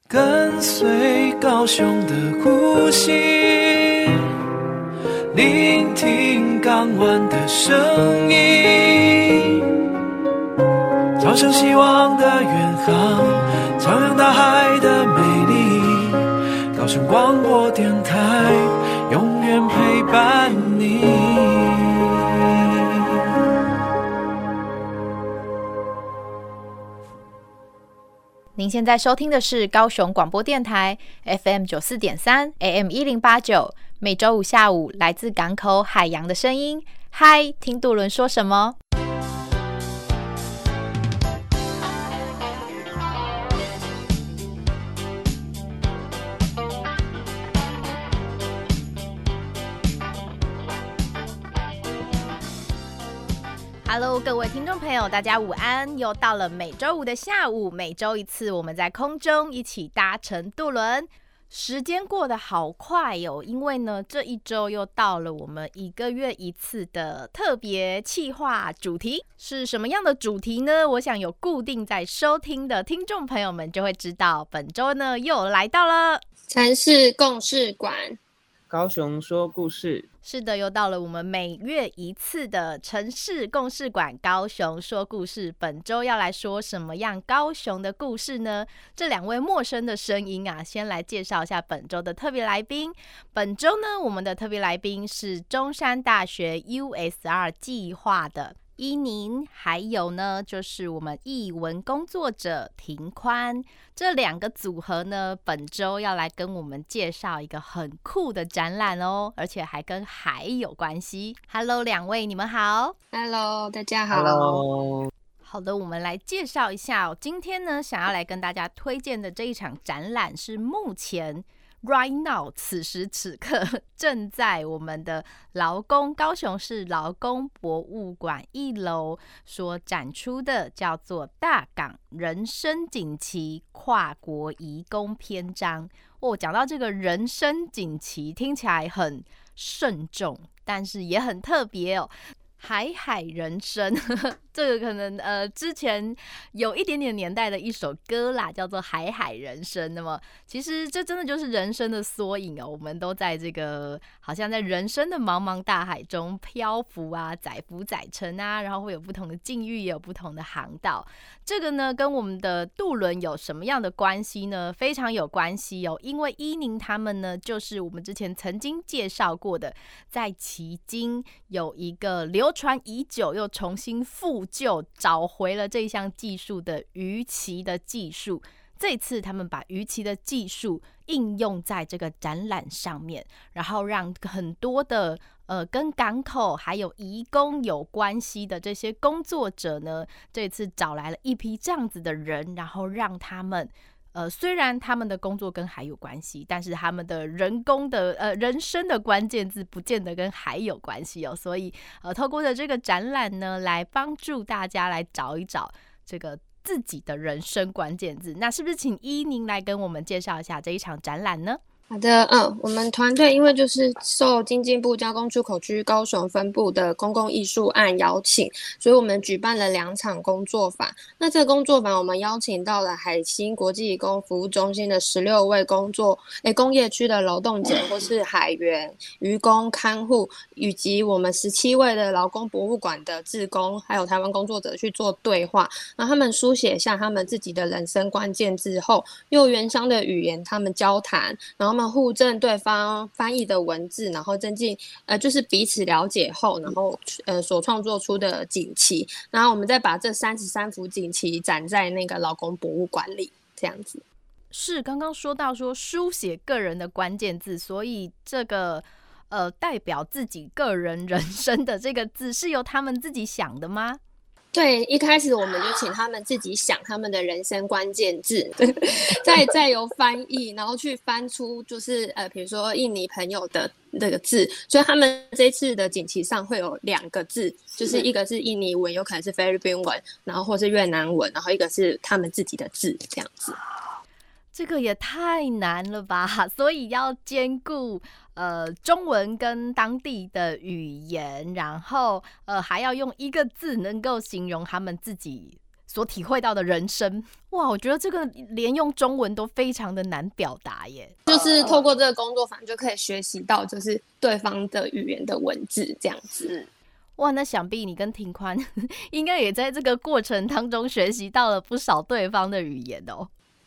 跟随高雄的呼吸，聆听港湾的声音，朝向希望的远航，徜徉大海的美丽。高雄广播电台永远陪伴你。 您现在收听的是高雄广播电台 FM 94.3 AM 1089，每周五下午来自港口海洋的声音。嗨，听渡轮说什么？Hello， 各位听众朋友，大家午安！又到了每周五的下午，每周一次，我们在空中一起搭乘渡轮。时间过得好快哦，因为呢，这一周又到了我们1个月一次的特别企划主题，是什么样的主题呢？我想有固定在收听的听众朋友们就会知道，本周呢又来到了城市共事馆。 高雄说故事， 是的，又到了我们每月一次的城市共事馆高雄说故事。本周要来说什么样高雄的故事呢？这两位陌生的声音啊，先来介绍一下本周的特别来宾。本周呢，我们的特别来宾是中山大学 USR 计划的伊宁，还有呢就是我们艺文工作者庭宽，这两个组合呢，本周要来跟我们介绍一个很酷的展览哦，而且还跟海有关系。Hello， 两位你们好。 Hello， 大家好。 Hello。 好的，我们来介绍一下哦。今天呢，想要来跟大家推荐的这一场展览是目前Right now， 此时此刻正在我们的高雄市劳工博物馆1楼所展出的，叫做大港人生锦旗跨国移工篇章。讲到这个人生锦旗，听起来很慎重，但是也很特别哦。海人生这个可能之前有一点点年代的一首歌啦，叫做海人生。那么其实这真的就是人生的缩影哦，我们都在这个好像在人生的茫茫大海中漂浮啊，载浮载沉啊，然后会有不同的境遇，也有不同的航道。这个呢跟我们的渡轮有什么样的关系呢？非常有关系哦，因为伊宁他们呢就是我们之前曾经介绍过的，在旗津有一个流传已久又重新复旧找回了这项技术的鱼旗的技术。这次他们把鱼旗的技术应用在这个展览上面，然后让很多的跟港口还有移工有关系的这些工作者呢，这次找来了一批这样子的人，然后让他们虽然他们的工作跟海有关系，但是他们的人生的关键字不见得跟海有关系哦。所以透过这个展览呢，来帮助大家来找一找这个自己的人生关键字。那是不是请伊宁来跟我们介绍一下这一场展览呢？ 好的，我们团队因为就是受经济部加工出口区高雄分部的公共艺术案邀请，所以我们举办了2场工作坊。那这个工作坊我们邀请到了海星国际移工服务中心的16位工业区的劳动者或是海员、渔工、看护，以及我们17位的劳工博物馆的志工，还有台湾工作者去做对话。那他们书写下他们自己的人生关键字后，用原乡的语言他们交谈，然后他们互证对方翻译的文字，然后增进就是彼此了解后，然后所创作出的锦旗，然后我们再把这33幅锦旗展在那个劳工博物馆里，这样子。 是刚刚说到说书写个人的关键字，所以这个代表自己个人人生的这个字是由他们自己想的吗？ 对，一开始我们就请他们自己想他们的人生关键字，再由翻译，然后去翻出就是比如说印尼朋友的这个字，所以他们这次的锦旗上会有2个字，就是一个是印尼文，有可能是菲律宾文，然后或是越南文，然后一个是他们自己的字，这样子。 这个也太难了吧！所以要兼顾中文跟当地的语言，然后还要用一个字能够形容他们自己所体会到的人生。哇，我觉得这个连用中文都非常的难表达耶。 就是透过这个工作坊就可以学习到就是对方的语言的文字这样子。 哇，那想必你跟庭宽应该也在这个过程当中学习到了不少对方的语言哦。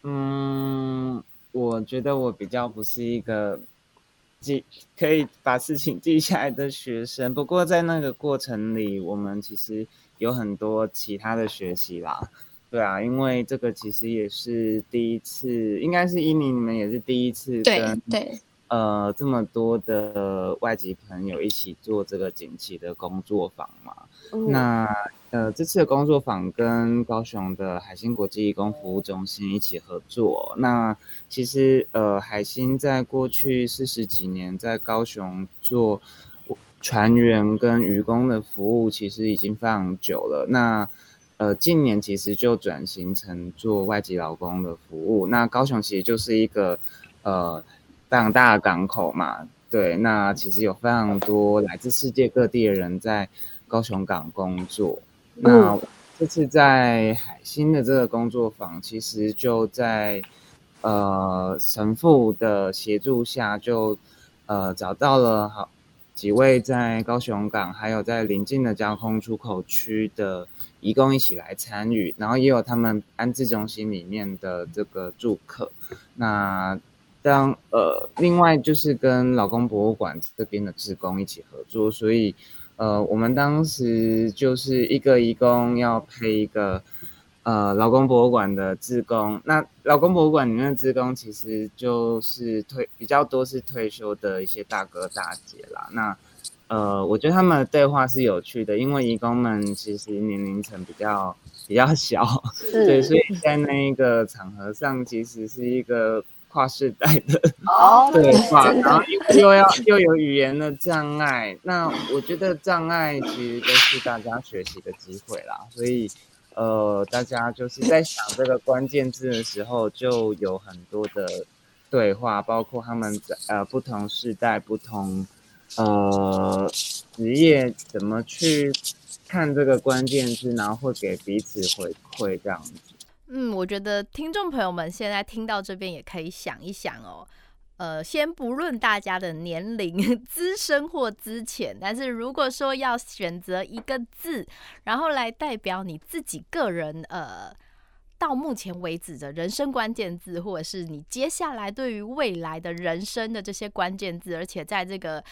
我觉得我比较不是一个可以把事情记下来的学生，不过在那个过程里，我们其实有很多其他的学习啦。对啊，因为这个其实也是第一次，应该是伊妮你们也是第一次跟对这么多的外籍朋友一起做这个锦旗的工作坊嘛。那这次的工作坊跟高雄的海星国际移工服务中心一起合作。那其实海星在过去40几年在高雄做船员跟渔工的服务，其实已经非常久了。那近年其实就转型成做外籍劳工的服务。那高雄其实就是一个非常大的港口嘛，对，那其实有非常多来自世界各地的人在高雄港工作。那这次在海星的这个工作坊，其实就在神父的协助下，就找到了几位在高雄港还有在邻近的交通出口区的移工一起来参与，然后也有他们安置中心里面的这个住客。那另外就是跟劳工博物馆这边的志工一起合作，所以我们当时就是一个移工要配一个劳工博物馆的志工。那劳工博物馆里面的志工其实就是比较多是退休的一些大哥大姐啦。那我觉得他们的对话是有趣的，因为移工们其实年龄层比较小，对，所以在那个场合上其实是一个跨世代的对话，然后又有语言的障碍。那我觉得障碍其实都是大家学习的机会啦，所以大家就是在想这个关键字的时候，就有很多的对话，包括他们不同世代、不同职业怎么去看这个关键字，然后会给彼此回馈这样子。 我觉得听众朋友们现在听到这边也可以想一想哦。先不论大家的年龄资深或资浅，但是如果说要选择一个字，然后来代表你自己个人到目前为止的人生关键字，或者是你接下来对于未来的人生的这些关键字，而且在这个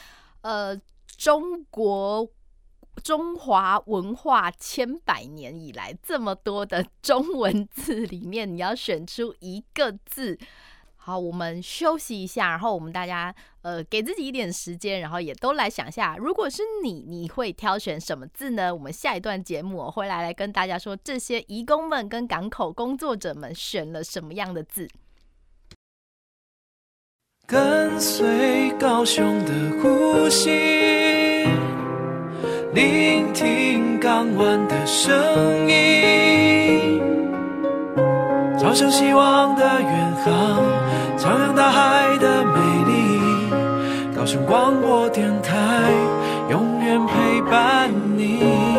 中华文化100年以来这么多的中文字里面，你要选出一个字。好，我们休息一下，然后我们大家给自己一点时间，然后也都来想一下，如果是你会挑选什么字呢？我们下一段节目我会来跟大家说，这些移工们跟港口工作者们选了什么样的字。 跟随高雄的呼吸，聆听港湾的声音，朝向希望的远航，徜徉大海的美丽。高雄广播电台永远陪伴你。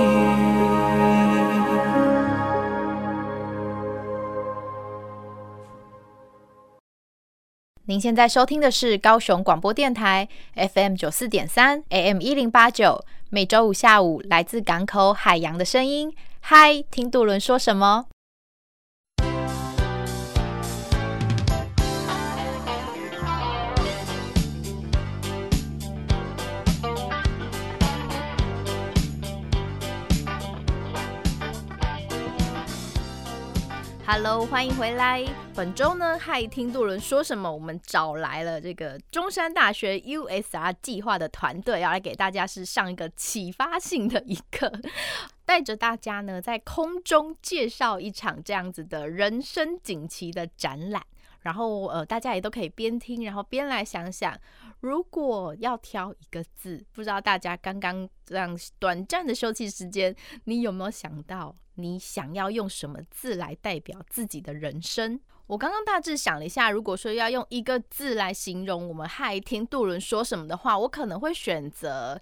您现在收听的是高雄广播电台 FM 94.3 AM 1089，每周五下午来自港口海洋的声音。嗨，听渡轮说什么？Hello， 欢迎回来。本周呢，嗨，听渡轮说什么？我们找来了这个中山大学 USR 计划的团队，要来给大家是上一个启发性的一课，带着大家呢在空中介绍一场这样子的人生锦旗的展览。然后大家也都可以边听，然后边来想想，如果要挑一个字，不知道大家刚刚这样短暂的休息时间，你有没有想到你想要用什么字来代表自己的人生？我刚刚大致想了一下，如果说要用一个字来形容我们嗨听渡轮说什么的话，我可能会选择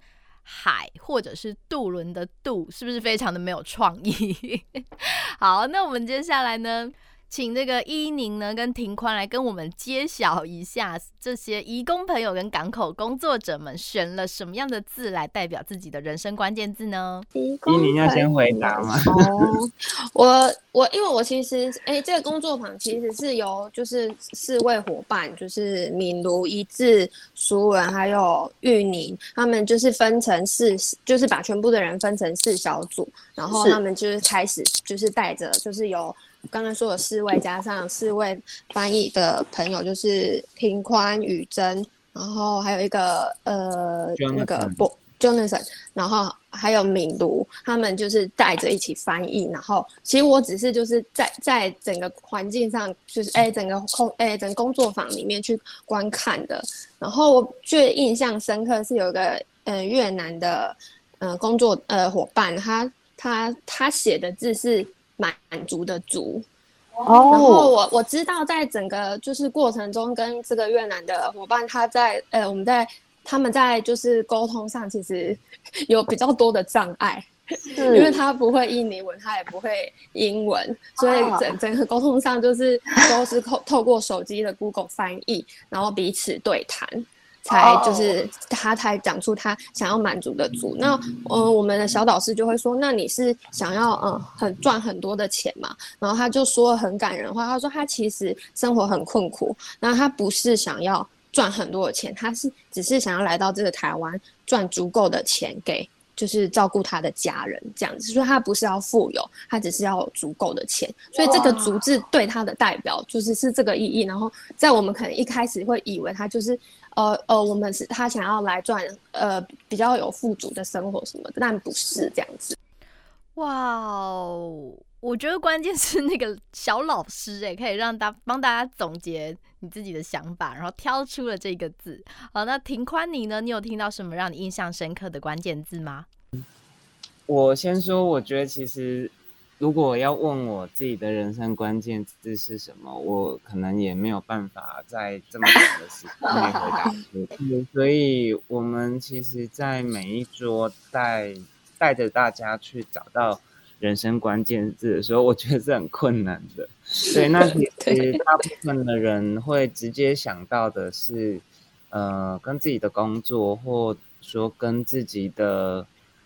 海或者是渡轮的渡，是不是非常的没有创意？好，那我们接下来呢，请这个依宁呢跟庭宽来跟我们揭晓一下，这些移工朋友跟港口工作者们选了什么样的字来代表自己的人生关键字呢？ 依宁要先回答吗？ 因为我其实这个工作坊其实是由就是4位伙伴，就是敏如、一致、淑文还有玉宁，他们就是分成就是把全部的人分成4小组，然后他们就是开始就是带着就是由刚刚说的4位加上4位翻译的朋友，就是庭宽、宇珍，然后还有一个那个Jonathan， 然后还有敏如，他们就是带着一起翻译。然后其实我只是就是在整个环境上，就是整个工作坊里面去观看的。然后我最印象深刻是有一个越南的工作伙伴，他写的字是满足的足。然后我知道在整个就是过程中跟这个越南的伙伴，他们在就是沟通上其实有比较多的障碍，因为他不会印尼文，他也不会英文，所以整个沟通上就是都是透过手机的 Google 翻译，然后彼此对谈，才就是他才讲出他想要满足的足。那我们的小导师就会说，那你是想要赚很多的钱嘛？然后他就说了很感人的话，他说他其实生活很困苦，那他不是想要赚很多的钱，他只是想要来到这个台湾赚足够的钱给就是照顾他的家人这样子，所以他不是要富有，他只是要有足够的钱，所以这个足字对他的代表是这个意义。然后在我们可能一开始会以为他就是我们是他想要来赚比较有富足的生活什么的，但不是这样子。 哇哦，我觉得关键是那个小老师可以帮大家总结你自己的想法，然后挑出了这个字。好，那庭宽你呢？你有听到什么让你印象深刻的关键字吗？ 我先说，我觉得其实如果要问我自己的人生关键字是什么，我可能也没有办法在这么短的时间内回答出。所以我们其实在每一桌带着大家去找到人生关键字的时候，我觉得是很困难的。对，那其实大部分的人会直接想到的是跟自己的工作，或说跟自己的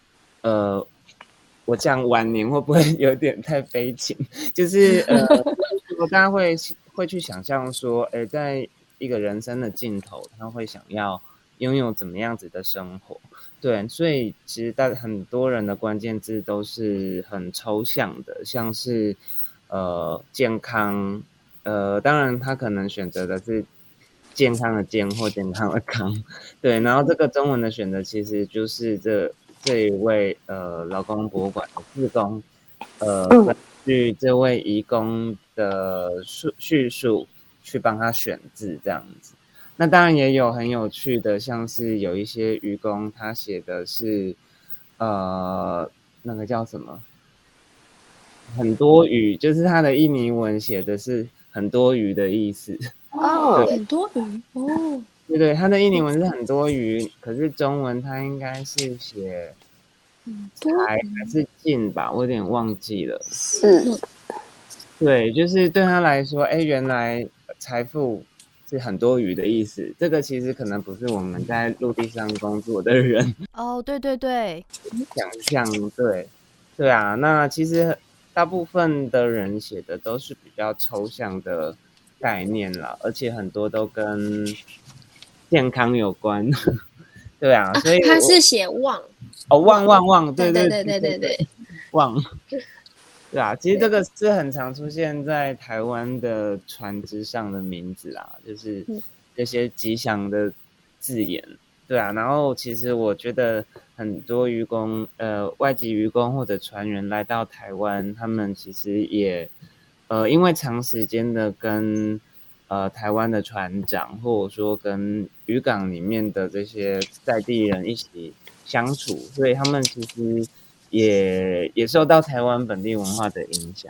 我讲晚年会不会有点太悲情？就是大家会去想象说，在一个人生的尽头，他会想要拥有怎么样子的生活？对，所以其实很多人的关键字都是很抽象的，像是健康，当然他可能选择的是健康的健或健康的康，对，然后这个中文的选择其实就是这一位劳工博物馆的志工，根据这位移工的叙述去帮他选字这样子。那当然也有很有趣的，像是有一些渔工他写的是那个叫什么很多余，就是他的印尼文写的是很多余的意思。 很多余对，他的印尼文是很多余，可是中文他应该是写财还是进吧，我有点忘记了。 是， 对，就是对他来说，原来财富是很多余的意思。这个其实可能不是我们在陆地上工作的人对想象。对啊，那其实大部分的人写的都是比较抽象的概念啦，而且很多都跟健康有关。对啊，所以他是写旺旺，对，旺。对啊，其实这个是很常出现在台湾的船只上的名字啊，就是这些吉祥的字眼。对啊，然后其实我觉得很多渔工外籍渔工或者船员来到台湾，他们其实也因为长时间的跟台湾的船长或者说跟渔港里面的这些在地人一起相处，所以他们其实也受到台湾本地文化的影响。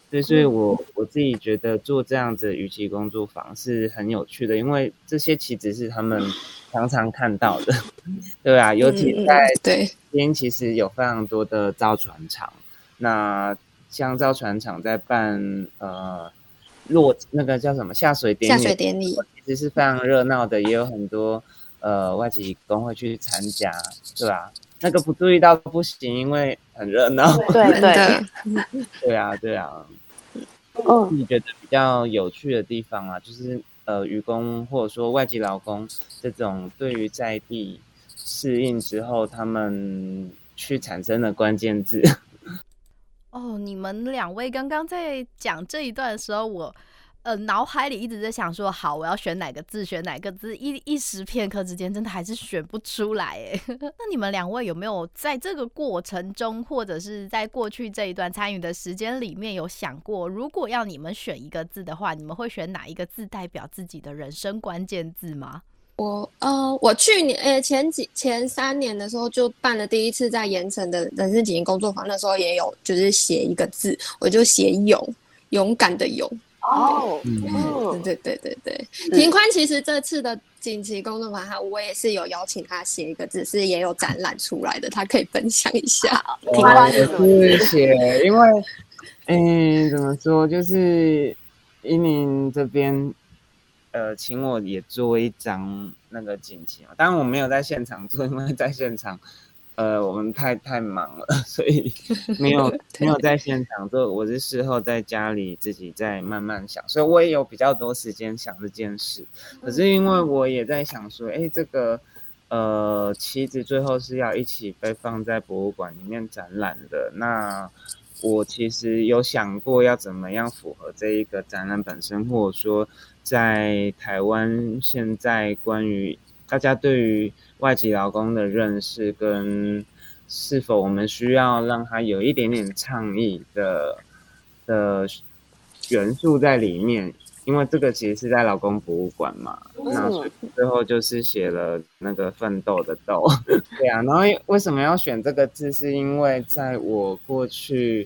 对，所以我自己觉得做这样子的渔期工作坊是很有趣的，因为这些其实是他们常常看到的，对啊，尤其在对边其实有非常多的造船厂，那像造船厂在办那个叫什么下水典礼，其实是非常热闹的，也有很多外籍移工会去参加，对吧？那个不注意到不行，因为很热闹。 对对啊，对啊。你觉得比较有趣的地方啊，就是渔工或者说外籍劳工这种对于在地适应之后，他们去产生的关键字。 哦，你们两位刚刚在讲这一段的时候，我脑海里一直在想说，好，我要选哪个字，选哪个字，一时片刻之间，真的还是选不出来哎。那你们两位有没有在这个过程中，或者是在过去这一段参与的时间里面，有想过，如果要你们选一个字的话，你们会选哪一个字代表自己的人生关键字吗？ 我去年前3年的时候就办了第一次在盐城的人生经营工作坊，那时候也有就是写一个字，我就写勇敢的勇。对。庭宽其实这次的锦旗工作坊，我也是有邀请他写一个字，是也有展览出来的，他可以分享一下。 庭宽是写，因为怎么说，就是依宁这边请我也做一张那个锦旗嘛，当然我没有在现场做，因为在现场我们太忙了，所以没有在现场做，我是事后在家里自己再慢慢想，所以我也有比较多时间想这件事。可是因为我也在想说，这个旗子最后是要一起被放在博物馆里面展览的，那我其实有想过要怎么样符合这一个展览本身，或者说在台湾现在关于大家对于外籍劳工的认识，跟是否我们需要让它有一点点倡议的元素在里面，因为这个其实是在劳工博物馆嘛，那所以最后就是写了那个奋斗的斗。对啊，然后为什么要选这个字，是因为在我过去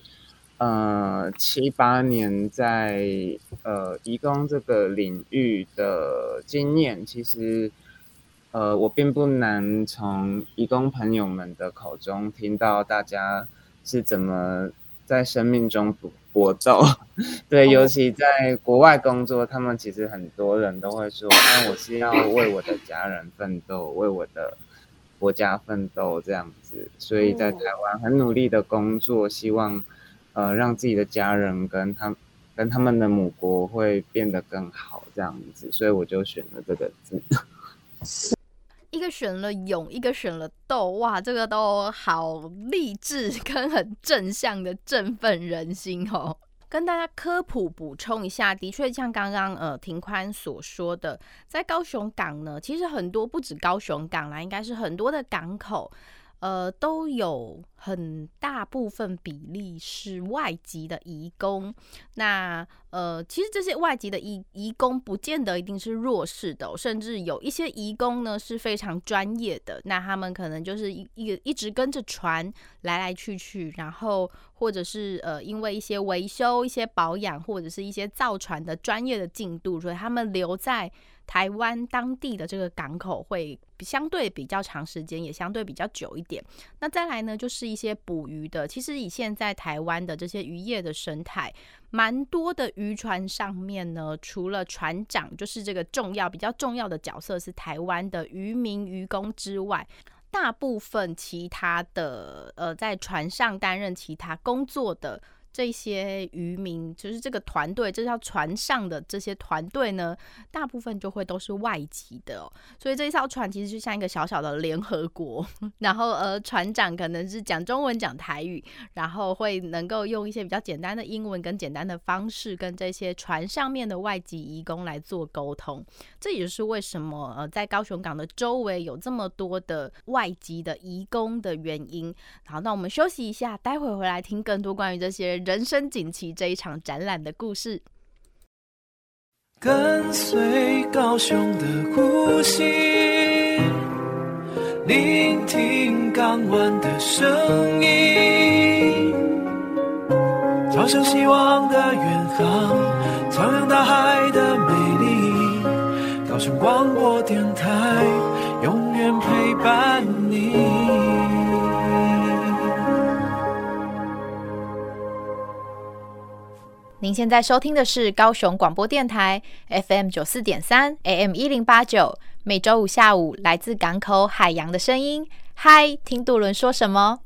7、8年在移工这个领域的经验，其实我并不难从移工朋友们的口中听到大家是怎么在生命中搏斗。对，尤其在国外工作，他们其实很多人都会说，我是要为我的家人奋斗，为我的国家奋斗这样子，所以在台湾很努力的工作，希望让自己的家人跟他们的母国会变得更好这样子，所以我就选了这个字。 一个选了勇，一个选了斗，哇，这个都好励志跟很正向的振奋人心哦。跟大家科普补充一下，的确像刚刚庭宽所说的，在高雄港呢，其实很多不止高雄港啦，应该是很多的港口都有很大部分比例是外籍的移工。那其实这些外籍的移工不见得一定是弱势的甚至有一些移工呢是非常专业的，那他们可能就是一直跟着船来来去去，然后或者是因为一些维修、一些保养，或者是一些造船的专业的进度，所以他们留在台湾当地的这个港口会相对比较长时间，也相对比较久一点。那再来呢，就是一些捕鱼的，其实以现在台湾的这些渔业的生态，蛮多的渔船上面呢，除了船长就是这个比较重要的角色是台湾的渔民渔工之外，大部分其他的在船上担任其他工作的这些渔民，就是这个团队，这条船上的这些团队呢，大部分就会都是外籍的所以这一艘船其实就像一个小小的联合国，然后船长可能是讲中文讲台语，然后会能够用一些比较简单的英文跟简单的方式跟这些船上面的外籍移工来做沟通。这也就是为什么在高雄港的周围有这么多的外籍的移工的原因。好，那我们休息一下，待会回来听更多关于这些人生锦旗这一场展览的故事。 跟随高雄的呼吸，聆听港湾的声音，朝朝向希望的远航，徜徉大海的美丽。高雄广播电台，永远陪伴你。 您现在收听的是高雄广播电台 FM 94.3 AM 1089，每周五下午来自港口海洋的声音。嗨，听渡轮说什么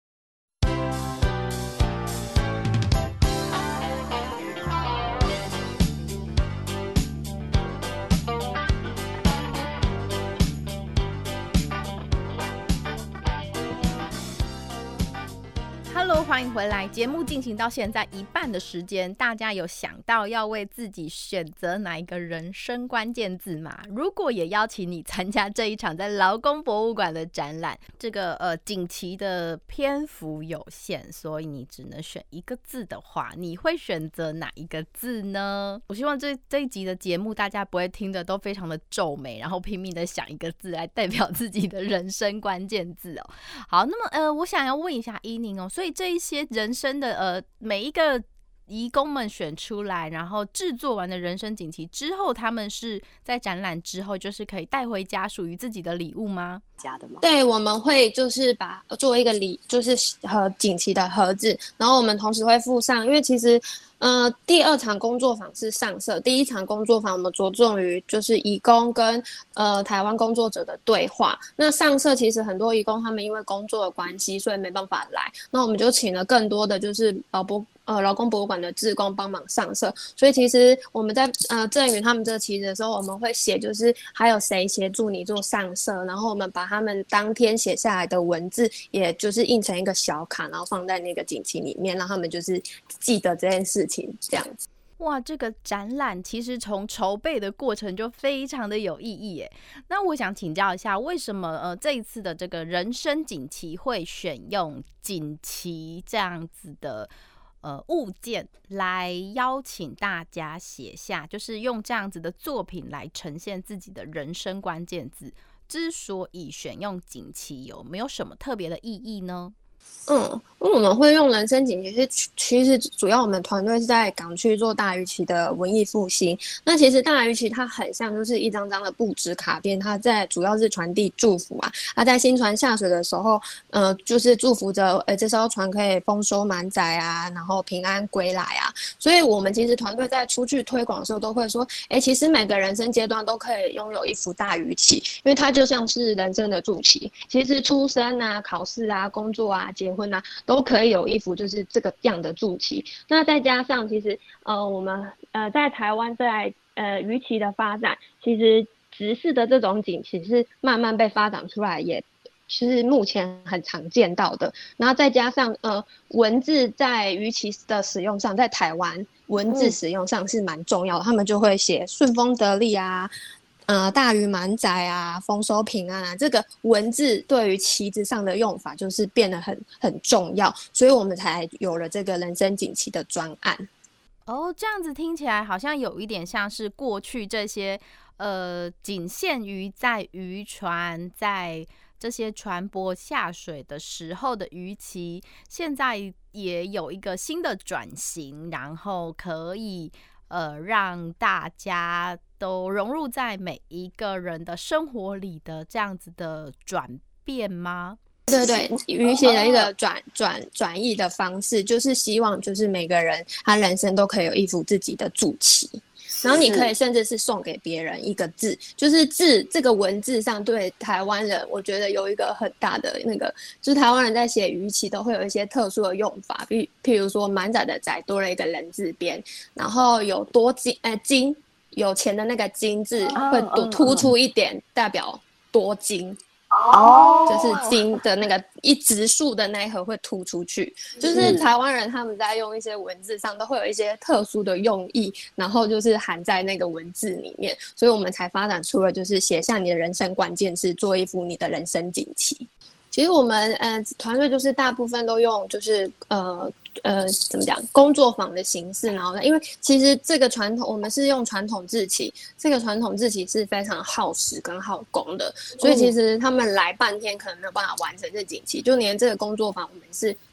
？Hello， 欢迎回来。节目进行到现在一半的时间，大家有想到要为自己选择哪一个人生关键字吗？如果也邀请你参加这一场在劳工博物馆的展览，这个锦旗的篇幅有限，所以你只能选一个字的话，你会选择哪一个字呢？我希望这一集的节目大家不会听的都非常的皱眉，然后拼命的想一个字来代表自己的人生关键字哦。好，那么我想要问一下依宁哦，所以这一些人生的每一个移工们选出来，然后制作完的人生锦旗之后，他们是在展览之后就是可以带回家属于自己的礼物吗？ 对，我们会就是把作为一个就是锦旗的盒子，然后我们同时会附上，因为其实第二场工作坊是上色，第一场工作坊我们着重于就是移工跟台湾工作者的对话。那上色其实很多移工他们因为工作的关系，所以没办法来，那我们就请了更多的就是劳工博物馆的志工帮忙上色。所以其实我们在赠予他们这个旗子的时候，我们会写就是还有谁协助你做上色，然后我们把他们当天写下来的文字也就是印成一个小卡，然后放在那个锦旗里面，让他们就是记得这件事情这样子。 哇，这个展览其实从筹备的过程就非常的有意义耶。那我想请教一下，为什么这一次的这个人生锦旗会选用锦旗这样子的物件来邀请大家写下，就是用这样子的作品来呈现自己的人生关键字？之所以选用锦旗，有没有什么特别的意义呢？ 因为我们会用人生锦旗，其实主要我们团队是在港区做大鱼旗的文艺复兴。那其实大鱼旗它很像就是一张张的布纸卡片，它在主要是传递祝福啊。它在新船下水的时候，就是祝福着这艘船可以丰收满载啊，然后平安归来啊。所以我们其实团队在出去推广的时候都会说，其实每个人生阶段都可以拥有一幅大鱼旗，因为它就像是人生的祝旗。其实出生啊、考试啊、工作啊、结婚啊，都可以有一幅就是这个样的祝旗。那再加上其实我们在台湾在鱼旗的发展，其实直式的这种锦旗是慢慢被发展出来，也是目前很常见到的。然后再加上文字在鱼旗的使用上，在台湾文字使用上是蛮重要的，他们就会写顺风得利啊，大鱼满载啊，丰收平安啊，这个文字对于旗子上的用法就是变得很重要，所以我们才有了这个人生锦旗的专案。 这样子听起来好像有一点像是过去这些仅限于在渔船在这些船舶下水的时候的鱼旗，现在也有一个新的转型，然后可以让大家都融入在每一个人的生活里的这样子的转变吗？ 对对，鱼旗的一个转译的方式，就是希望就是每个人他人生都可以有一幅自己的祝旗。然后你可以甚至是送给别人一个字，就是字这个文字上对台湾人，我觉得有一个很大的那个，就是台湾人在写鱼旗都会有一些特殊的用法，譬如说满载的载多了一个人字边，然后有多金有钱的那个金字会突出一点，代表多金。就是金的那个一直数的那一盒会突出去，就是台湾人他们在用一些文字上都会有一些特殊的用意，然后就是含在那个文字里面，所以我们才发展出了就是写下你的人生关键字，做一幅你的人生锦旗。其实我们团队就是大部分都用就是怎么讲工作坊的形式，然后因为其实这个传统我们是用传统制旗，这个传统制旗是非常耗时跟耗工的，所以其实他们来半天可能没有办法完成这锦旗，就连这个工作坊我们是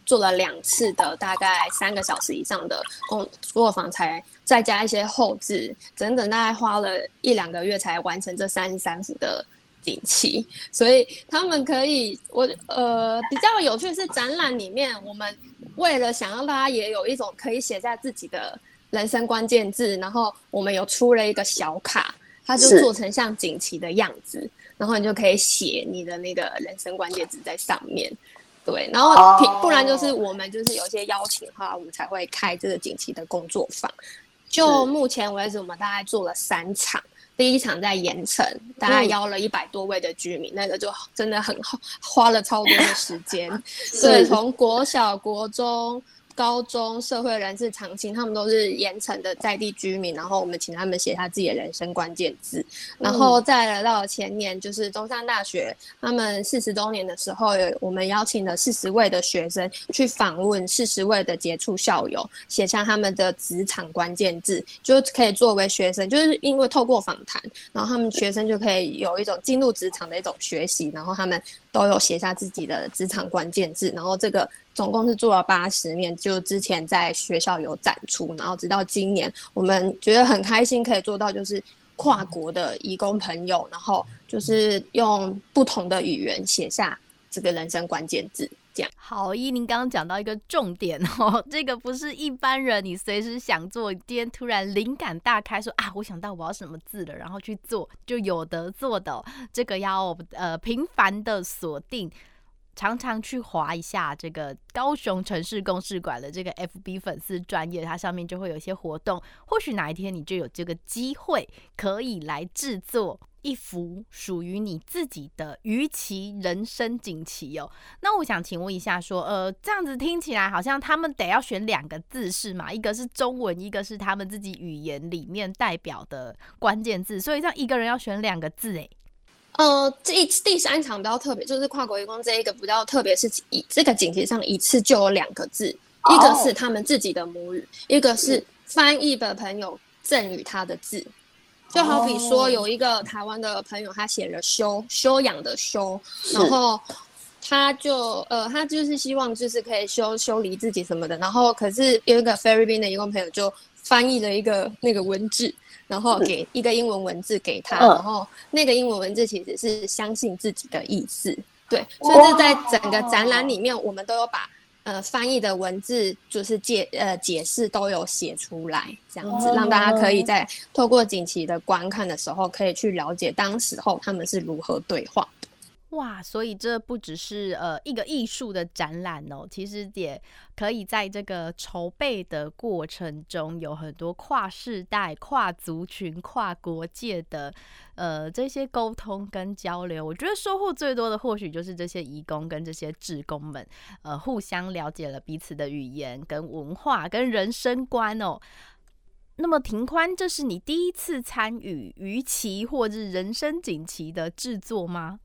做了2次的大概3个小时以上的工作坊，才再加一些后制，整整大概花了1-2个月才完成这33幅的锦旗。所以他们可以，比较有趣的是展览里面，我们为了想让大家也有一种可以写下自己的人生关键字，然后我们有出了一个小卡，它就做成像锦旗的样子，然后你就可以写你的那个人生关键字在上面。对，然后不然就是我们就是有一些邀请的话，我们才会开这个锦旗的工作坊。就目前为止，我们大概做了3场。第1场在盐城，大概邀了100多位的居民，那个就真的很花了超多的时间。对，从国小、国中、高中、社会人士、常青，他们都是盐城的在地居民，然后我们请他们写下自己的人生关键字。然后再来到前年，就是中山大学他们40周年的时候，我们邀请了40位的学生去访问40位的杰出校友，写下他们的职场关键字，就可以作为学生，就是因为透过访谈，然后他们学生就可以有一种进入职场的一种学习，然后他们都有写下自己的职场关键字，然后这个总共是做了80年，就之前在学校有展出，然后直到今年，我们觉得很开心可以做到，就是跨国的移工朋友，然后就是用不同的语言写下这个人生关键字。 好，依您刚刚讲到一个重点哦，这个不是一般人你随时想做，今天突然灵感大开说啊，我想到我要什么字了，然后去做就有得做的哦。这个要频繁的锁定，常常去滑一下这个高雄城市公事馆的这个 FB 粉丝专页，它上面就会有一些活动，或许哪一天你就有这个机会可以来制作一幅属于你自己的鱼旗人生锦旗哦。那我想请问一下说，这样子听起来好像他们得要选2个字是吗？一个是中文，一个是他们自己语言里面代表的关键字，所以这样一个人要选2个字哎。 第3场比较特别，就是跨国移工这一个比较特别，是这个锦旗上一次就有2个字，一个是他们自己的母语，一个是翻译的朋友赠予他的字。就好比说有一个台湾的朋友，他写了修养的修，然后他就是希望就是可以修理自己什么的，然后可是有一个菲律宾的移工朋友就翻译了一个那个文字，然后给一个英文文字给他，然后那个英文文字其实是相信自己的意思。对，所以这在整个展览里面，我们都有把翻译的文字就是解释都有写出来，这样子让大家可以在透过锦旗的观看的时候，可以去了解当时候他们是如何对话的。 哇，所以这不只是一个艺术的展览哦，其实也可以在这个筹备的过程中有很多跨世代、跨族群、跨国界的这些沟通跟交流。我觉得收获最多的或许就是这些移工跟这些志工们互相了解了彼此的语言跟文化跟人生观哦。那么庭宽，这是你第1次参与鱼旗或者人生锦旗的制作吗？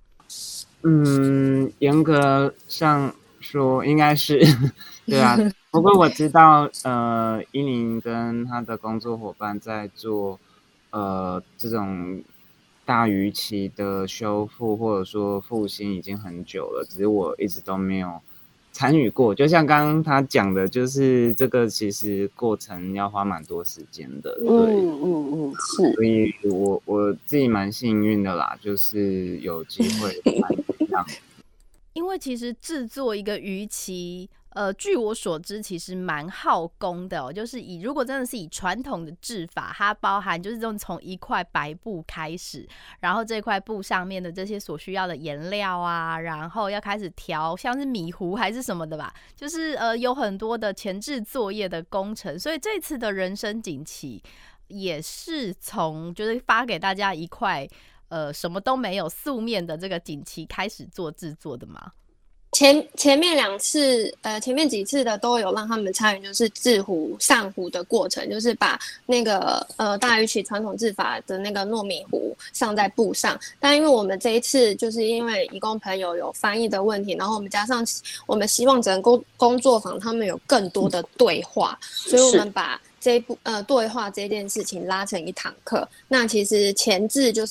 严格上说应该是对啊。不过我知道依宁跟他的工作伙伴在做这种大鱼旗的修复或者说复兴已经很久了，只是我一直都没有参与过。就像刚刚他讲的，就是这个其实过程要花蛮多时间的。对，是。所以我自己蛮幸运的啦，就是有机会参与这样。 因为其实制作一个鱼旗，据我所知，其实蛮耗工的哦。就是如果真的是以传统的制法，它包含就是从一块白布开始，然后这块布上面的这些所需要的颜料啊，然后要开始调，像是米糊还是什么的吧，就是有很多的前置作业的工程。所以这次的人生锦旗也是从就是发给大家一块什么都没有素面的这个锦旗开始做制作的吗？ 前面2次前面几次的都有让他们参与，就是制糊上糊的过程，就是把那个大鱼旗传统制法的那个糯米糊上在布上。但因为我们这一次就是因为移工朋友有翻译的问题，然后我们加上我们希望整个工作坊他们有更多的对话，所以我们把这对话这件事情拉成一堂课。那其实前置就是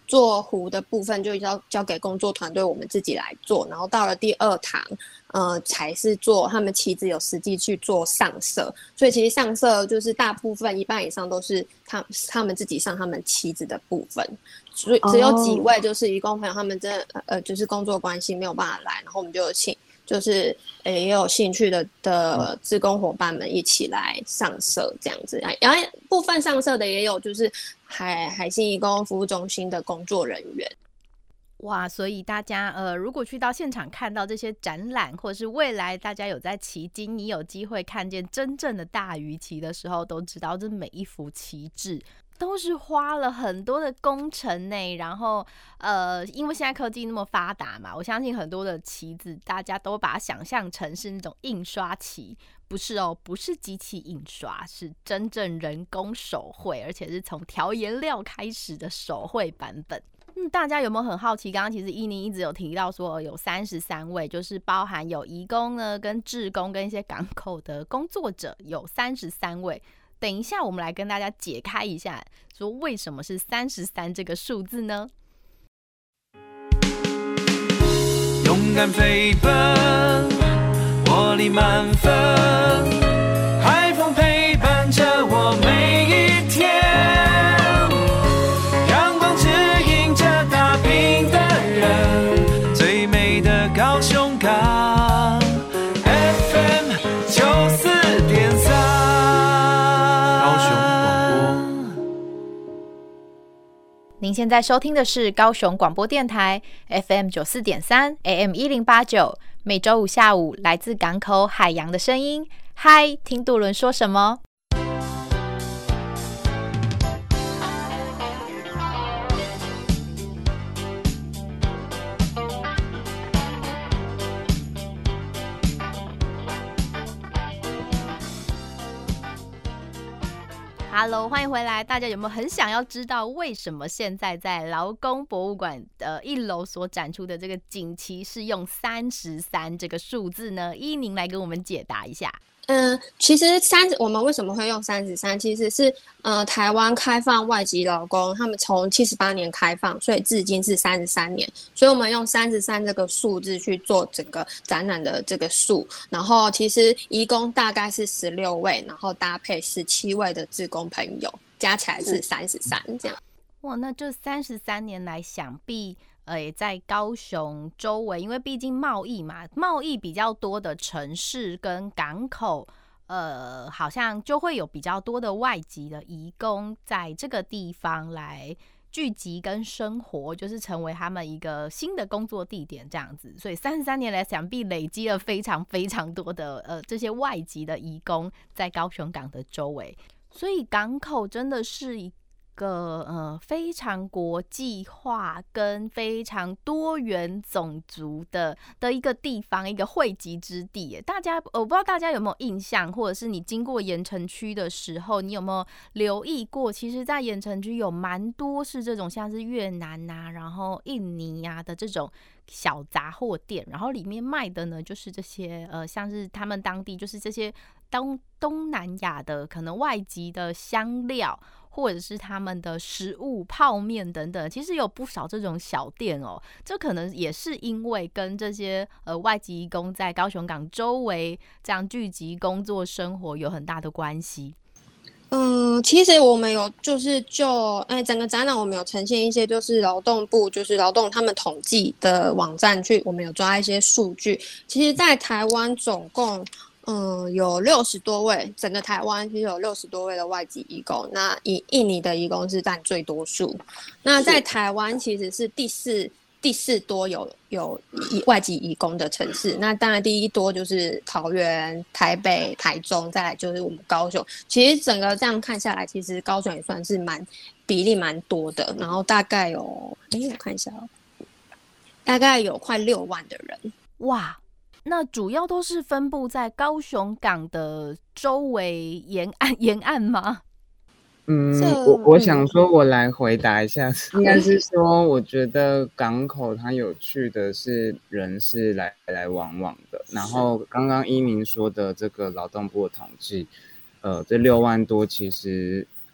做湖的部分就交给工作团队我们自己来做，然后到了第2堂才是做他们旗子有实际去做上色，所以其实上色就是大部分一半以上都是他们自己上他们旗子的部分，所以只有几位就是移工朋友他们真的就是工作关系没有办法来，然后我们就有请就是也有兴趣的志工伙伴们一起来上色这样子，然后部分上色的也有就是海信移工服务中心的工作人员。 哇，所以大家如果去到现场看到这些展览，或者是未来大家有在旗津，你有机会看见真正的大鱼旗的时候，都知道这每一幅旗帜都是花了很多的工程呢。然后因为现在科技那么发达嘛，我相信很多的旗子大家都把它想象成是那种印刷旗，不是哦，不是机器印刷，是真正人工手绘，而且是从调颜料开始的手绘版本。大家有没有很好奇？刚刚其实依宁一直有提到说有33位，就是包含有移工呢、跟志工跟一些港口的工作者，有33位。等一下我们来跟大家解开一下，说为什么是33这个数字呢？ 勇敢飞奔，活力满分，海风陪伴着我每一天，高雄港 FM 94.3，高雄广播。 您现在收听的是高雄广播电台 FM 94.3 AM 1089，每周五下午来自港口海洋的声音。嗨，听渡轮说什么？Hello， 欢迎回来。大家有没有很想要知道为什么现在在劳工博物馆的1楼所展出的这个锦旗是用33这个数字呢？依宁来跟我们解答一下。 其实我们为什么会用33？其实是台湾开放外籍劳工，他们从78年开放，所以至今是33年，所以我们用33这个数字去做整个展览的这个数。然后其实移工大概是16位，然后搭配17位的志工朋友，加起来是33这样。 哇，那这33年来，想必在高雄周围，因为毕竟贸易嘛，贸易比较多的城市跟港口，好像就会有比较多的外籍的移工在这个地方来聚集跟生活，就是成为他们一个新的工作地点这样子。所以33年来，想必累积了非常非常多的这些外籍的移工在高雄港的周围，所以港口真的是一个非常国际化跟非常多元种族的一个地方，一个汇集之地。大家我不知道大家有没有印象，或者是你经过盐埕区的时候，你有没有留意过？其实，在盐埕区有蛮多是这种像是越南啊，然后印尼啊的这种小杂货店，然后里面卖的呢，就是这些像是他们当地就是这些东南亚的可能外籍的香料，或者是他们的食物、泡面等等，其实有不少这种小店哦。这可能也是因为跟这些外籍移工在高雄港周围这样聚集工作生活有很大的关系。 其实我们有整个展览我们有呈现一些就是劳动部就是劳动他们统计的网站去，我们有抓一些数据。其实在台湾总共有60多位，整个台湾其实有60多位的外籍移工，那印尼的移工是占最多数。那在台湾其实是第四多有外籍移工的城市，那当然第一多就是桃园、台北、台中，再来就是我们高雄。其实整个这样看下来，其实高雄也算是比例蛮多的，然后大概有我看一下大概有快6万的人。 哇！那主要都是分布在高雄港的周围沿岸吗？ 我想说，我来回答一下，应该是说，我觉得港口它有趣的是人是来来往往的。然后刚刚依宁说的这个劳动部的统计，这6万多其实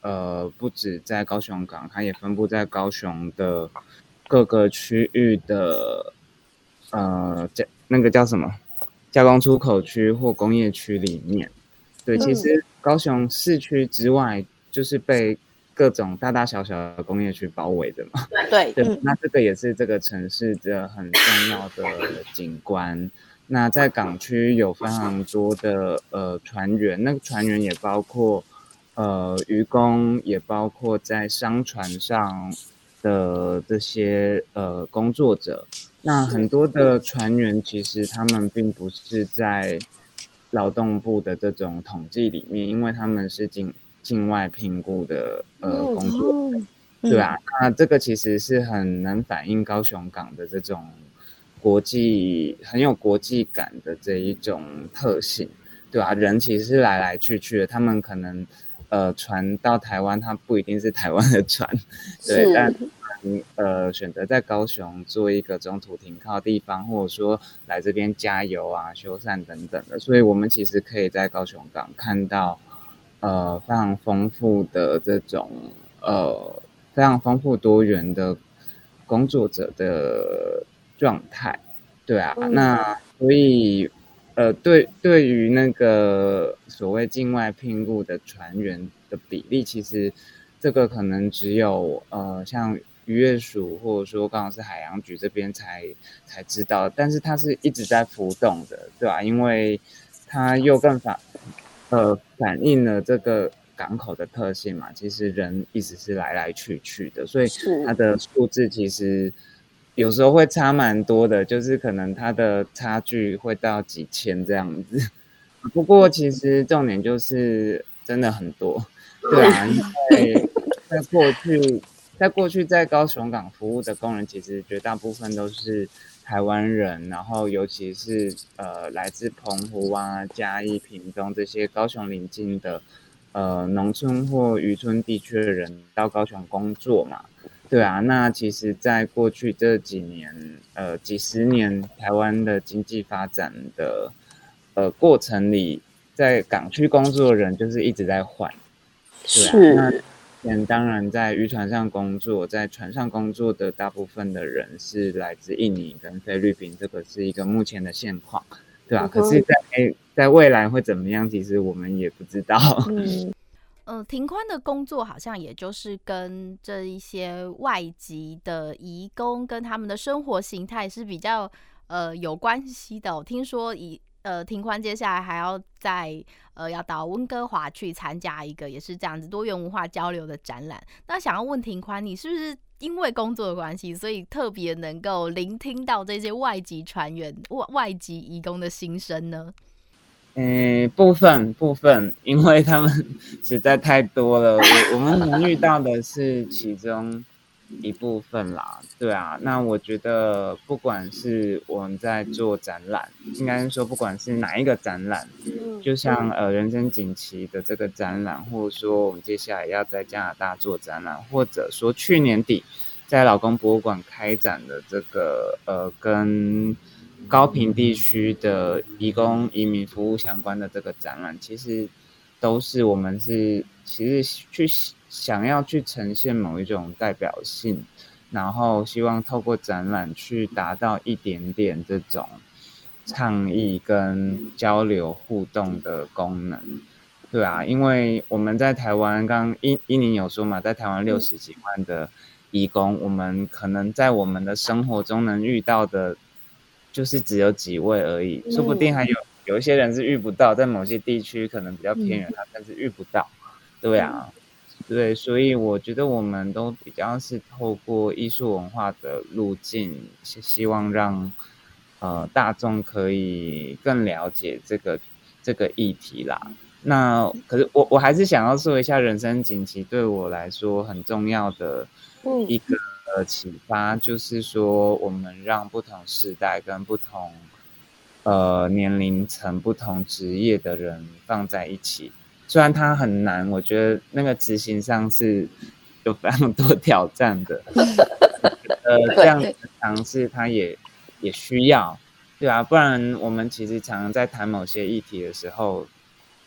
不止在高雄港，它也分布在高雄的各个区域的那个叫什么加工出口区或工业区里面。对，其实高雄市区之外，就是被各种大大小小的工业区包围的嘛。 对， 那这个也是这个城市的很重要的景观。那在港区有非常多的船员，那个船员也包括渔工，也包括在商船上的这些工作者。那很多的船员其实他们并不是在劳动部的这种统计里面，因为他们是境外聘雇的工作者，对啊，那这个其实是很能反映高雄港的这种很有国际感的这一种特性，对啊，人其实是来来去去的，他们可能船到台湾，它不一定是台湾的船，对，但选择在高雄做一个中途停靠的地方，或者说来这边加油啊、修缮等等的，所以我们其实可以在高雄港看到非常丰富的这种非常丰富多元的工作者的状态，对啊，那所以对于那个所谓境外聘雇的船员的比例，其实这个可能只有像渔业署或者说刚好是海洋局这边才知道，但是它是一直在浮动的，对吧？因为它又更反映了这个港口的特性嘛，其实人一直是来来去去的，所以它的数字其实有时候会差蛮多的，就是可能它的差距会到几千这样子。不过其实重点就是真的很多，对啊，因为在过去在高雄港服务的工人，其实绝大部分都是台湾人，然后尤其是来自澎湖啊、嘉义、屏东这些高雄邻近的农村或渔村地区的人到高雄工作嘛。对啊，那其实在过去这几年几十年台湾的经济发展的过程里，在港区工作的人就是一直在换。对啊，那当然在渔船上工作，在船上工作的大部分的人是来自印尼跟菲律宾，这个是一个目前的现况，对啊，可是在未来会怎么样，其实我们也不知道。 庭宽的工作好像也就是跟这一些外籍的移工跟他们的生活形态是比较有关系的。我听说庭宽接下来还要要到温哥华去参加一个也是这样子多元文化交流的展览。那想要问庭宽，你是不是因为工作的关系，所以特别能够聆听到这些外籍船员、外籍移工的心声呢？ 部分，因为他们实在太多了，我们能遇到的是其中一部分啦，对啊。那我觉得不管是我们在做展览，应该说不管是哪一个展览，就像人生锦旗的这个展览，或者说我们接下来要在加拿大做展览，或者说去年底在劳工博物馆开展的这个跟高屏地区的移工移民服务相关的这个展览，其实都是我们其实去想要去呈现某一种代表性，然后希望透过展览去达到一点点这种倡议跟交流互动的功能，对啊，因为我们在台湾，刚依宁有说嘛，在台湾60几万的移工，我们可能在我们的生活中能遇到的就是只有几位而已，说不定还有一些人是遇不到，在某些地区可能比较偏远，他甚至遇不到，对啊，对，所以我觉得我们都比较是透过艺术文化的路径，希望让大众可以更了解这个议题啦。那可是我还是想要说一下，人生锦旗对我来说很重要的一个启发，就是说我们让不同世代跟不同年龄层、不同职业的人放在一起。虽然它很难，我觉得那个执行上是有非常多挑战的。这样的尝试它也需要，对啊，不然我们其实常常在谈某些议题的时候，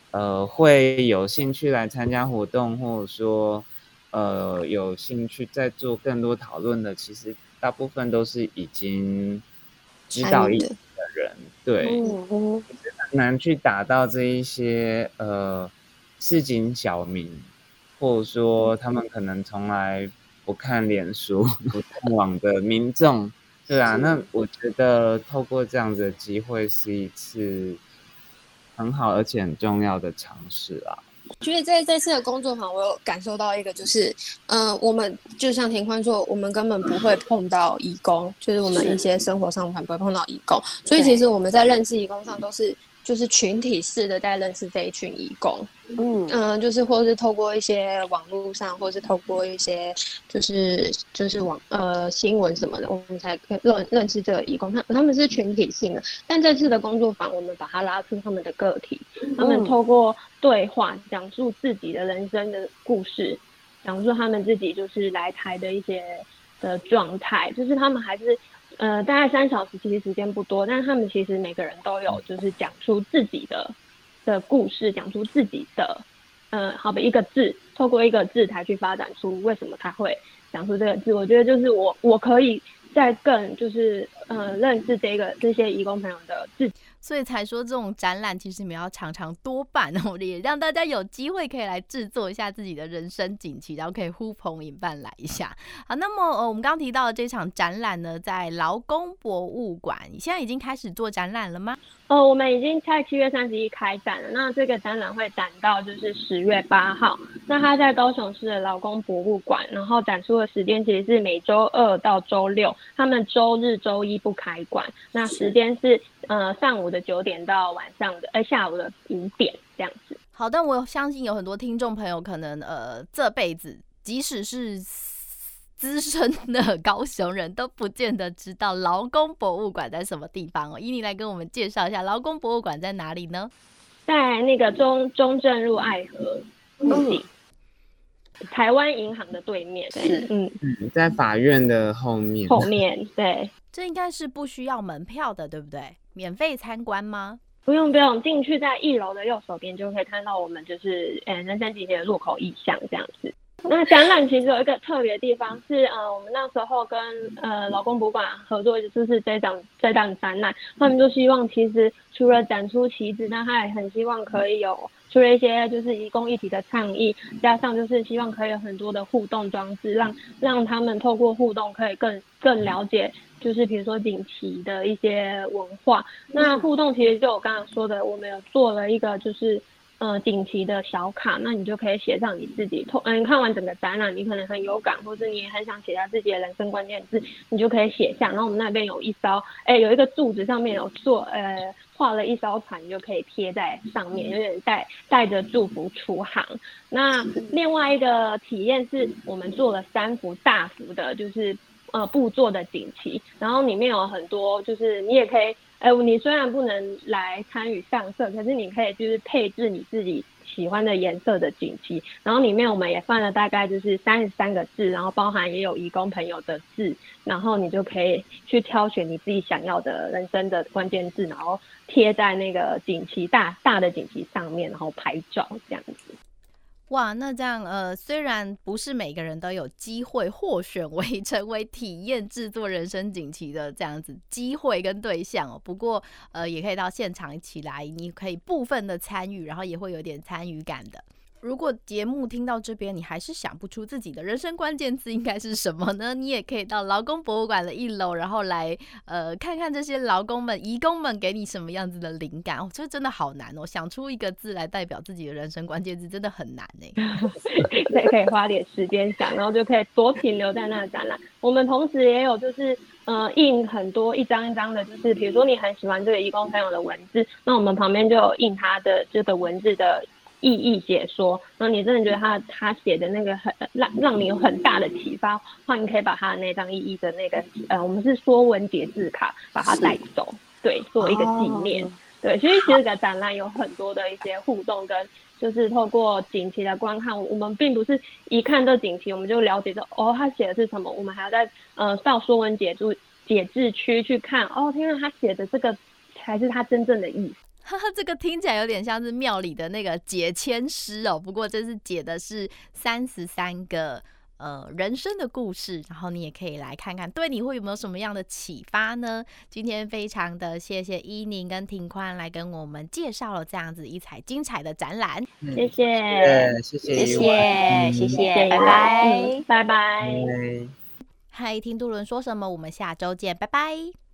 会有兴趣来参加活动，或者说有兴趣在做更多讨论的，其实大部分都是已经知道议题的人，对，很难去打到这一些市井小民，或者说他们可能从来不看脸书、不上网的民众，对啊，那我觉得透过这样子的机会是一次很好而且很重要的尝试啊。 我觉得在这次的工作坊，我有感受到一个，就是我们就像庭宽说，我们根本不会碰到移工，就是我们一些生活上不会碰到移工，所以其实我们在认识移工上都是就是群体式的在认识这一群移工，就是或是透过一些网络上，或是透过一些就是新闻什么的，我们才可以认识这个移工。他们是群体性的，但这次的工作坊，我们把它拉出他们的个体，他们透过对话讲述自己的人生的故事，讲述他们自己就是来台的一些的状态，就是他们还是大概3小时，其实时间不多，但是他们其实每个人都有就是讲出自己的故事，讲出自己的好比一个字，透过一个字才去发展出为什么他会讲出这个字。我觉得就是我可以再更就是认识这些移工朋友的自己。 所以才说这种展览其实你们要常常多办哦，也让大家有机会可以来制作一下自己的人生锦旗，然后可以呼朋引伴来一下。好，那么我们刚刚提到的这场展览呢，在劳工博物馆，你现在已经开始做展览了吗？ 我们已经在7月31开展了，那这个展览会展到就是10月8号，那它在高雄市的劳工博物馆，然后展出的时间其实是每周2到周6，他们周日周一不开馆，那时间是上午的9点到晚上的下午的5点这样子。 好，但我相信有很多听众朋友可能这辈子即使是资深的高雄人都不见得知道劳工博物馆在什么地方哦。依你来跟我们介绍一下劳工博物馆在哪里呢？ 在那个中正路爱河附近，台湾银行的对面。 在法院的后面。 对。 这应该是不需要门票的，对不对？免费参观吗？ 不用，进去在1楼的右手边就可以看到我们就是人生锦旗的入口意象这样子。那展览其实有一个特别的地方是我们那时候跟劳工博物馆合作，就是这档展览，他们就希望其实除了展出旗帜，那他也很希望可以有除了一些就是移工议题的倡议，加上就是希望可以有很多的互动装置，让他们透过互动可以更了解就是比如说锦旗的一些文化。那互动其实就我刚刚说的，我们有做了一个就是锦旗的小卡，那你就可以写上你自己你看完整个展览，你可能很有感，或是你也很想写下自己的人生关键字，你就可以写下。然后我们那边有一艘有一个柱子上面有做画了一艘船，你就可以贴在上面，有点带着祝福出航。那另外一个体验是我们做了3幅大幅的就是布做的锦旗，然后里面有很多就是你也可以你虽然不能来参与上色，可是你可以就是配置你自己喜欢的颜色的锦旗，然后里面我们也放了大概就是33个字，然后包含也有移工朋友的字，然后你就可以去挑选你自己想要的人生的关键字，然后贴在那个锦旗大的锦旗上面，然后拍照这样子。 哇，那这样虽然不是每个人都有机会获选为成为体验制作人生锦旗的这样子机会跟对象哦，不过也可以到现场一起来，你可以部分的参与，然后也会有点参与感的。如果节目听到这边你还是想不出自己的人生关键字应该是什么呢？你也可以到劳工博物馆的1楼，然后来看看这些劳工们移工们给你什么样子的灵感哦，这真的好难哦，想出一个字来代表自己的人生关键字真的很难耶。 对，可以花点时间想，然后就可以多停留在那个展览。我们同时也有就是印很多一张一张的，就是比如说你很喜欢这个移工朋友的文字，那我们旁边就有印他的这个文字的意义解说，然后你真的觉得他写的那个很让你有很大的启发，或你可以把他的那张意义的那个我们是说文解字卡把它带走，对，做一个纪念。对，所以其实这个展览有很多的一些互动跟就是透过锦旗的观看，我们并不是一看这锦旗我们就了解到他写的是什么，我们还要在到说文解字区去看，天啊，他写的这个才是他真正的意思。 这个听起来有点像是庙里的那个解签诗哦，不过这是解的是33个人生的故事，然后你也可以来看看，对你会有没有什么样的启发呢？今天非常的谢谢伊宁跟庭宽来跟我们介绍了这样子一彩精彩的展览， 谢谢， 谢谢谢， 谢谢，拜拜，拜拜。 嗨，听渡轮说什么？我们下周见，拜拜。